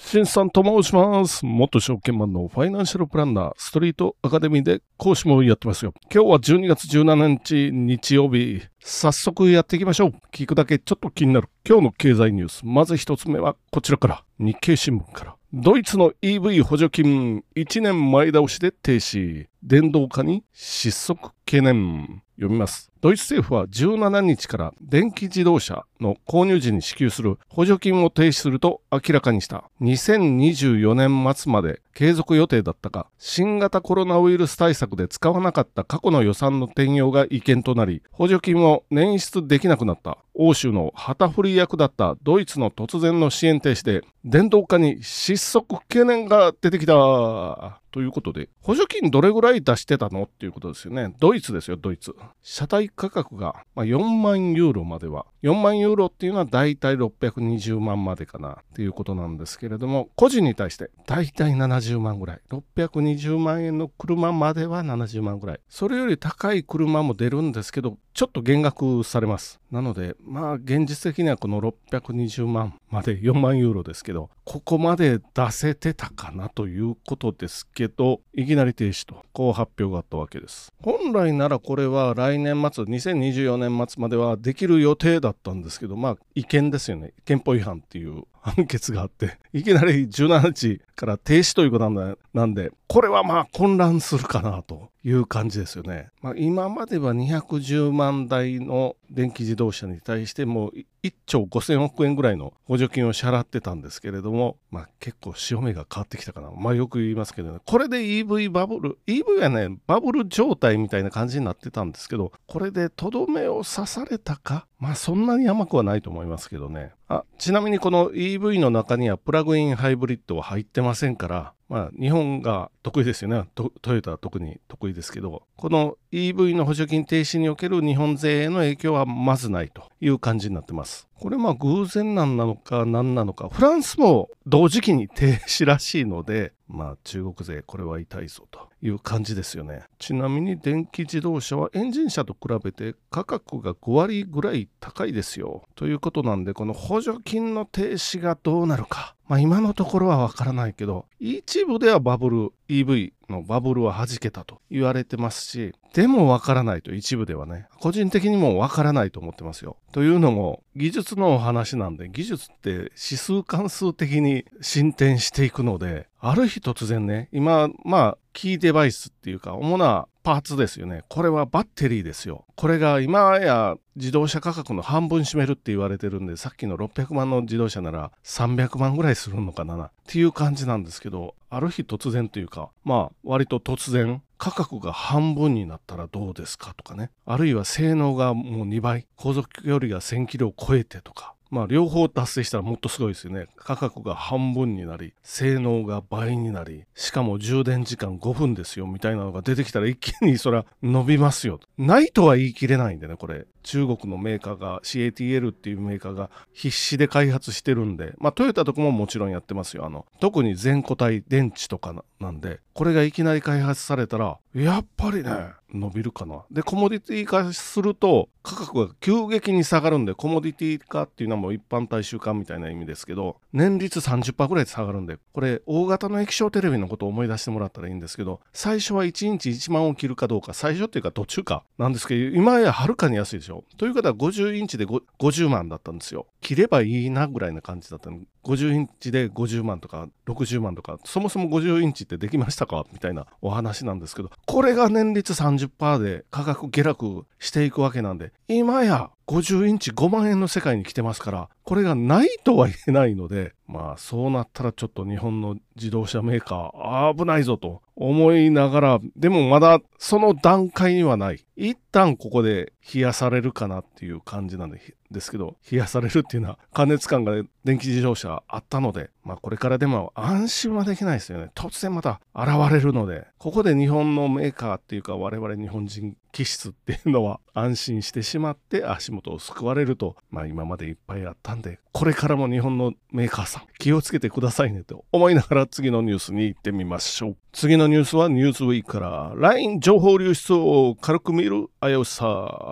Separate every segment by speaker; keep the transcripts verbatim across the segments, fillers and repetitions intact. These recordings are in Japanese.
Speaker 1: しんさんと申します。元証券マンのファイナンシャルプランナー、ストリートアカデミーで講師もやってますよ。今日はじゅうにがつじゅうしちにち日曜日。早速やっていきましょう。聞くだけちょっと気になる今日の経済ニュース。まず一つ目はこちらから。日経新聞から。ドイツの イーブイ 補助金いちねんまえ倒しで停止。電動化に失速懸念。読みます。ドイツ政府はじゅうしちにちから電気自動車の購入時に支給する補助金を停止すると明らかにした。にせんにじゅうよねん末まで継続予定だったが、新型コロナウイルス対策で使わなかった過去の予算の転用が違憲となり、補助金を捻出できなくなった。欧州の旗振り役だったドイツの突然の支援停止で、電動化に失速懸念が出てきた。ということで、補助金どれぐらい出してたのっていうことですよね。ドイツですよ、ドイツ。車体価格が、まあ、よんまんユーロまでは。よんまんユーロっていうのはだいたいろっぴゃくにじゅうまんまでかなっていうことなんですけれども、個人に対してだいたいななじゅうまんぐらい。ろっぴゃくにじゅうまんえんの車まではななじゅうまんぐらい。それより高い車も出るんですけど、ちょっと減額されます。なので、まあ現実的にはこのろっぴゃくにじゅうまんまでよんまんユーロですけど、ここまで出せてたかなということですけど、いきなり停止と、こう発表があったわけです。本来ならこれは来年末、にせんにじゅうよねん末まではできる予定だったんですけど、まあ違憲ですよね。憲法違反っていう判決があって、いきなりじゅうしちにちから停止ということなんで、これはまあ混乱するかなという感じですよね。まあ、今まではにひゃくじゅうまんだいの電気自動車に対してもいっちょうごせんおくえんぐらいの補助金を支払ってたんですけれども、まあ結構潮目が変わってきたかな。まあよく言いますけどね、これで イーブイ バブル、イーブイ はね、バブル状態みたいな感じになってたんですけど、これでとどめを刺されたか、まあそんなに甘くはないと思いますけどね。あ、ちなみにこの イーブイ の中にはプラグインハイブリッドは入ってませんから、まあ日本が得意ですよね。ト, トヨタは特に得意ですけど、この イーブイ の補助金停止における日本税への影響はまずないという感じになってます。これまあ偶然なんなのか何なのか、フランスも同時期に停止らしいので、まあ中国勢これは痛いぞという感じですよね。ちなみに電気自動車はエンジン車と比べて価格がごわりぐらい高いですよということなんで、この補助金の停止がどうなるか、まあ今のところはわからないけど、一部ではバブル イーブイ のバブルは弾けたと言われてますし、でもわからないと、一部ではね、個人的にもわからないと思ってますよ。というのも技術のお話なんで、技術って指数関数的に進展していくので、ある日突然ね、今まあキーデバイスっていうか主なパーツですよね。これはバッテリーですよ。これが今や自動車価格の半分占めるって言われてるんで、さっきのろっぴゃくまんの自動車ならさんびゃくまんぐらいするのかなっていう感じなんですけど、ある日突然というか、まあ割と突然価格が半分になったらどうですかとかね、あるいは性能がもうにばい、航続距離がせんキロを超えてとか、まあ両方達成したらもっとすごいですよね。価格が半分になり、性能が倍になり、しかも充電時間ごふんですよみたいなのが出てきたら一気にそれは伸びますよ。ないとは言い切れないんでね、これ。中国のメーカーが シーエーティーエル っていうメーカーが必死で開発してるんで、まあトヨタとかももちろんやってますよ。あの特に全固体電池とか な, なんで、これがいきなり開発されたらやっぱりね伸びるかな。でコモディティ化すると価格が急激に下がるんで、コモディティ化っていうのはもう一般大衆化みたいな意味ですけど、年率 さんじゅっパーセント ぐらいで下がるんで、これ大型の液晶テレビのことを思い出してもらったらいいんですけど、最初はいちにちいちまんを切るかどうか、最初っていうか途中かなんですけど、今やはるかに安いでしょ。という方はごじゅうインチでごじゅうまんだったんですよ。切ればいいなぐらいな感じだったの。ごじゅうインチでごじゅうまんとかろくじゅうまんとか、そもそもごじゅうインチってできましたかみたいなお話なんですけど、これが年率 さんじゅっパーセント で価格下落していくわけなんで、今やごじゅうインチごまんえんの世界に来てますから、これがないとは言えないので、まあそうなったらちょっと日本の自動車メーカー危ないぞと思いながら、でもまだその段階にはない。一旦ここで冷やされるかなっていう感じなんでですけど、冷やされるっていうのは過熱感が電気自動車あったので、まあこれからでも安心はできないですよね。突然また現れるので、ここで日本のメーカーっていうか我々日本人気質っていうのは安心してしまって足元を救われると、まあ今までいっぱいあったんで、これからも日本のメーカーさん気をつけてくださいねと思いながら次のニュースに行ってみましょう。次のニュースはニュースウィークから ライン 情報流出を軽く見る危うさ。読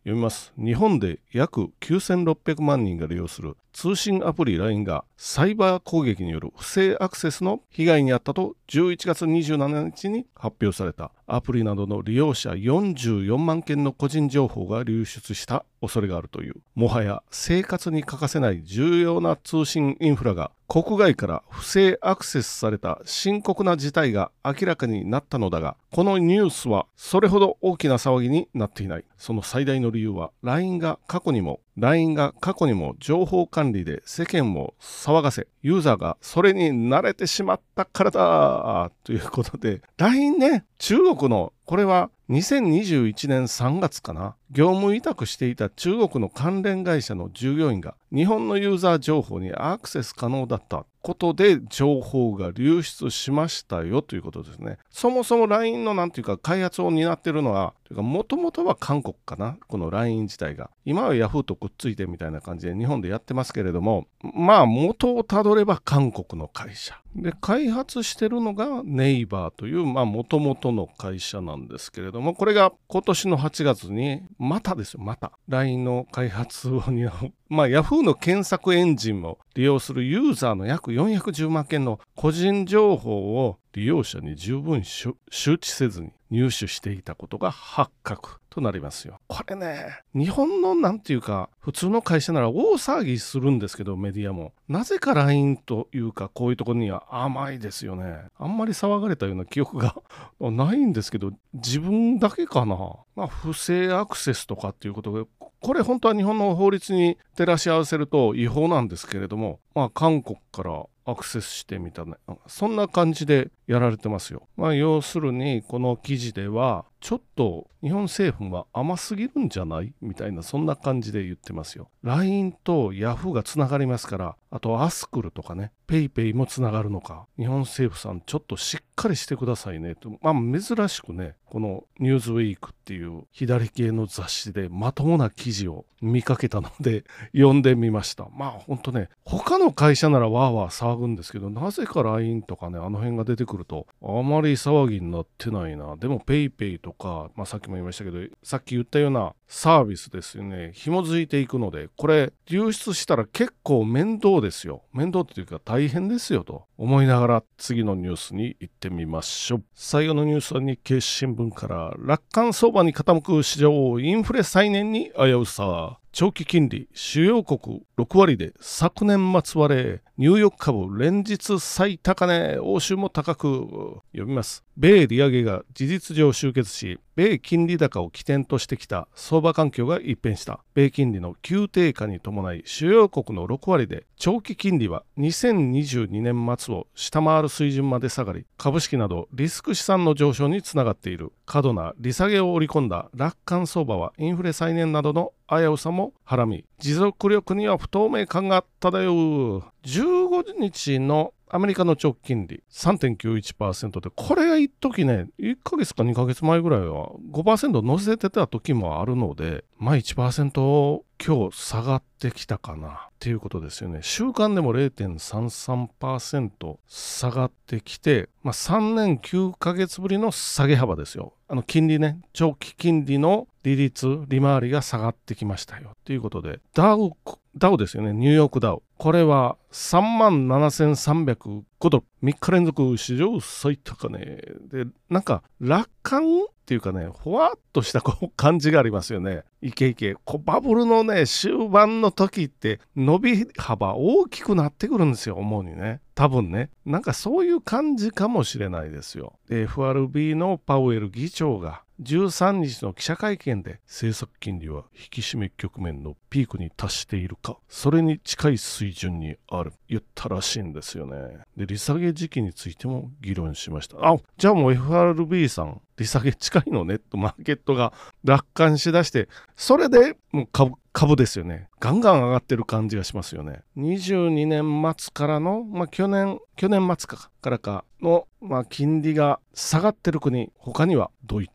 Speaker 1: 読みます。日本で約きゅうせんろっぴゃくまんにんが利用する通信アプリ ライン がサイバー攻撃による不正アクセスの被害に遭ったとじゅういちがつにじゅうしちにちに発表された。アプリなどの利用者よんじゅうよんまんけんの個人情報が流出した恐れがあるという。もはや生活に欠かせない重要な通信インフラが国外から不正アクセスされた深刻な事態が明らかになったのだが、このニュースはそれほど大きな騒ぎになっていない。その最大の理由は ライン が過去にも ライン が過去にも情報管理で世間を騒がせ、ユーザーがそれに慣れてしまったからだということで、 ライン ね、中国のこれはにせんにじゅういちねんさんがつかな、業務委託していた中国の関連会社の従業員が日本のユーザー情報にアクセス可能だったことで情報が流出しましたよということですね。そもそも ライン のなんていうか開発を担っているのは、もともとは韓国かな、この ライン 自体が。今は ヤフー とくっついてみたいな感じで日本でやってますけれども、まあ元をたどれば韓国の会社で、開発してるのがネイバーというまあ元々の会社なんですけれども、これが今年のはちがつにまたですよ、また ライン の開発を担う、まあ ヤフー の検索エンジンも利用するユーザーの約よんひゃくじゅうまんけんの個人情報を利用者に十分周知せずに入手していたことが発覚となりますよ。これね、日本のなんていうか普通の会社なら大騒ぎするんですけど、メディアもなぜか ライン というかこういうところには甘いですよね。あんまり騒がれたような記憶がないんですけど、自分だけかな。まあ不正アクセスとかっていうことで、これ本当は日本の法律に照らし合わせると違法なんですけれども、まあ韓国からアクセスしてみたね、そんな感じでやられてますよ。まあ要するにこの記事ではちょっと日本政府は甘すぎるんじゃないみたいな、そんな感じで言ってますよ。 ライン と ヤフー がつながりますから、あとアスクルとかね、ペイペイもつながるのか、日本政府さんちょっとしっかりしてくださいねと。まあ珍しくね、このニューズウィークっていう左系の雑誌でまともな記事を見かけたので読んでみました。まあほんとね、他の会社ならわーわー騒ぐんですけど、なぜか ライン とかね、あの辺が出てくるとあまり騒ぎになってないな。でもペイペイとか、まあ、さっきも言いましたけど、さっき言ったようなサービスですよね、紐づいていくので、これ流出したら結構面倒ですよ。面倒っていうか大変ですよと思いながら次のニュースに行ってみましょう。最後のニュースは日経新聞から、楽観相場に傾く市場、インフレ再燃に危うさ。長期金利主要国ろくわりで昨年末割れ、ニューヨーク株連日最高値、欧州も高く。読みます。米利上げが事実上終結し、米金利高を起点としてきた相場環境が一変した。米金利の急低下に伴い、主要国のろくわりで長期金利はにせんにじゅうにねん末を下回る水準まで下がり、株式などリスク資産の上昇につながっている。過度な利下げを織り込んだ楽観相場はインフレ再燃などの危うさもはらみ、持続力には不透明感があっただよ。じゅうごにちのアメリカの長期金利 さんてんきゅういちパーセント で、これが一時ね、いっかげつかにかげつまえぐらいは ごパーセント 乗せてた時もあるので、まあ いちパーセント 今日下がってきたかなっていうことですよね。週間でも れいてんさんさんパーセント 下がってきて、まあ、さんねんきゅうかげつぶりの下げ幅ですよ。あの金利ね、長期金利の利率、利回りが下がってきましたよということで、ダウ、ダウですよね、ニューヨークダウ。これは さんまんななせんさんびゃくごドル、みっか連続史上最高値で、なんか楽観っていうかね、ほわっとしたこう感じがありますよね。いけいけ、こうバブルのね、終盤の時って伸び幅大きくなってくるんですよ、主にね。多分ね、なんかそういう感じかもしれないですよ。エフアールビー のパウエル議長がじゅうさんにちの記者会見で、政策金利は引き締め局面のピークに達しているか、それに近い水準にある、言ったらしいんですよね。で、利下げ時期についても議論しました。あ、じゃあもう エフアールビー さん、利下げ近いのねとマーケットが楽観しだして、それでもう株、株ですよね。ガンガン上がってる感じがしますよね。にじゅうにねん末からの、まあ、去年、去年末かからかの、まあ、金利が下がってる国、他にはドイツ、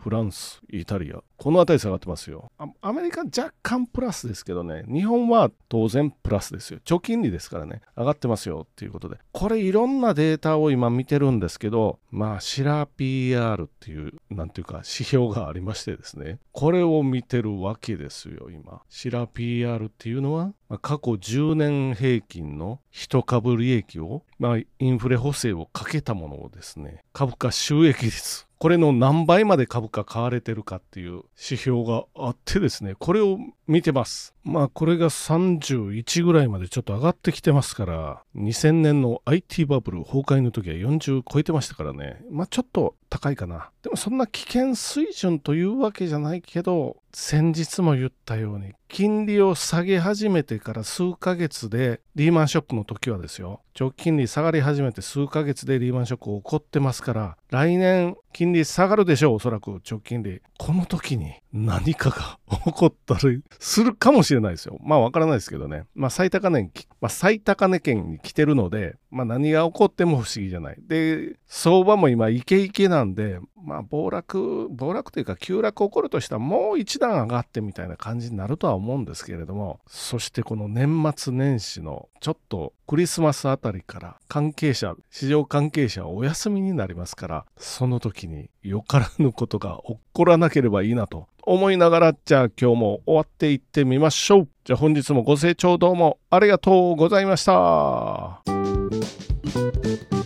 Speaker 1: フランス、イタリア、この辺り下がってますよ。アメリカ若干プラスですけどね、日本は当然プラスですよ。長期金利ですからね、上がってますよっていうことで、これいろんなデータを今見てるんですけど、まあシラ ピーアール っていうなんていうか指標がありましてですね、これを見てるわけですよ。今シラ ピーアール っていうのは、まあ、過去じゅうねん平均の一株利益を、まあ、インフレ補正をかけたものをですね、株価収益率、これの何倍まで株価買われてるかっていう指標があってですね、これを見てます。まあこれがさんじゅういちぐらいまでちょっと上がってきてますから、にせんねんの アイティー バブル崩壊の時はよんじゅう超えてましたからね、まあちょっと高いかな。でもそんな危険水準というわけじゃないけど、先日も言ったように金利を下げ始めてから数ヶ月でリーマンショックの時はですよ、長期金利下がり始めて数ヶ月でリーマンショック起こってますから、来年金利下がるでしょう、おそらく長期金利。この時に何かが起こったりするかもしれないですよ。まあわからないですけどね。まあ最高値に、まあ、最高値圏に来てるので、まあ何が起こっても不思議じゃない。で、相場も今イケイケなんで、まあ暴落、暴落というか急落起こるとしたらもう一段上がってみたいな感じになるとは思うんですけれども、そしてこの年末年始のちょっとクリスマスあたりから関係者、市場関係者はお休みになりますから、その時によからぬことが起こらなければいいなと思いながら、じゃあ今日も終わっていってみましょう。じゃあ本日もご清聴どうもありがとうございました。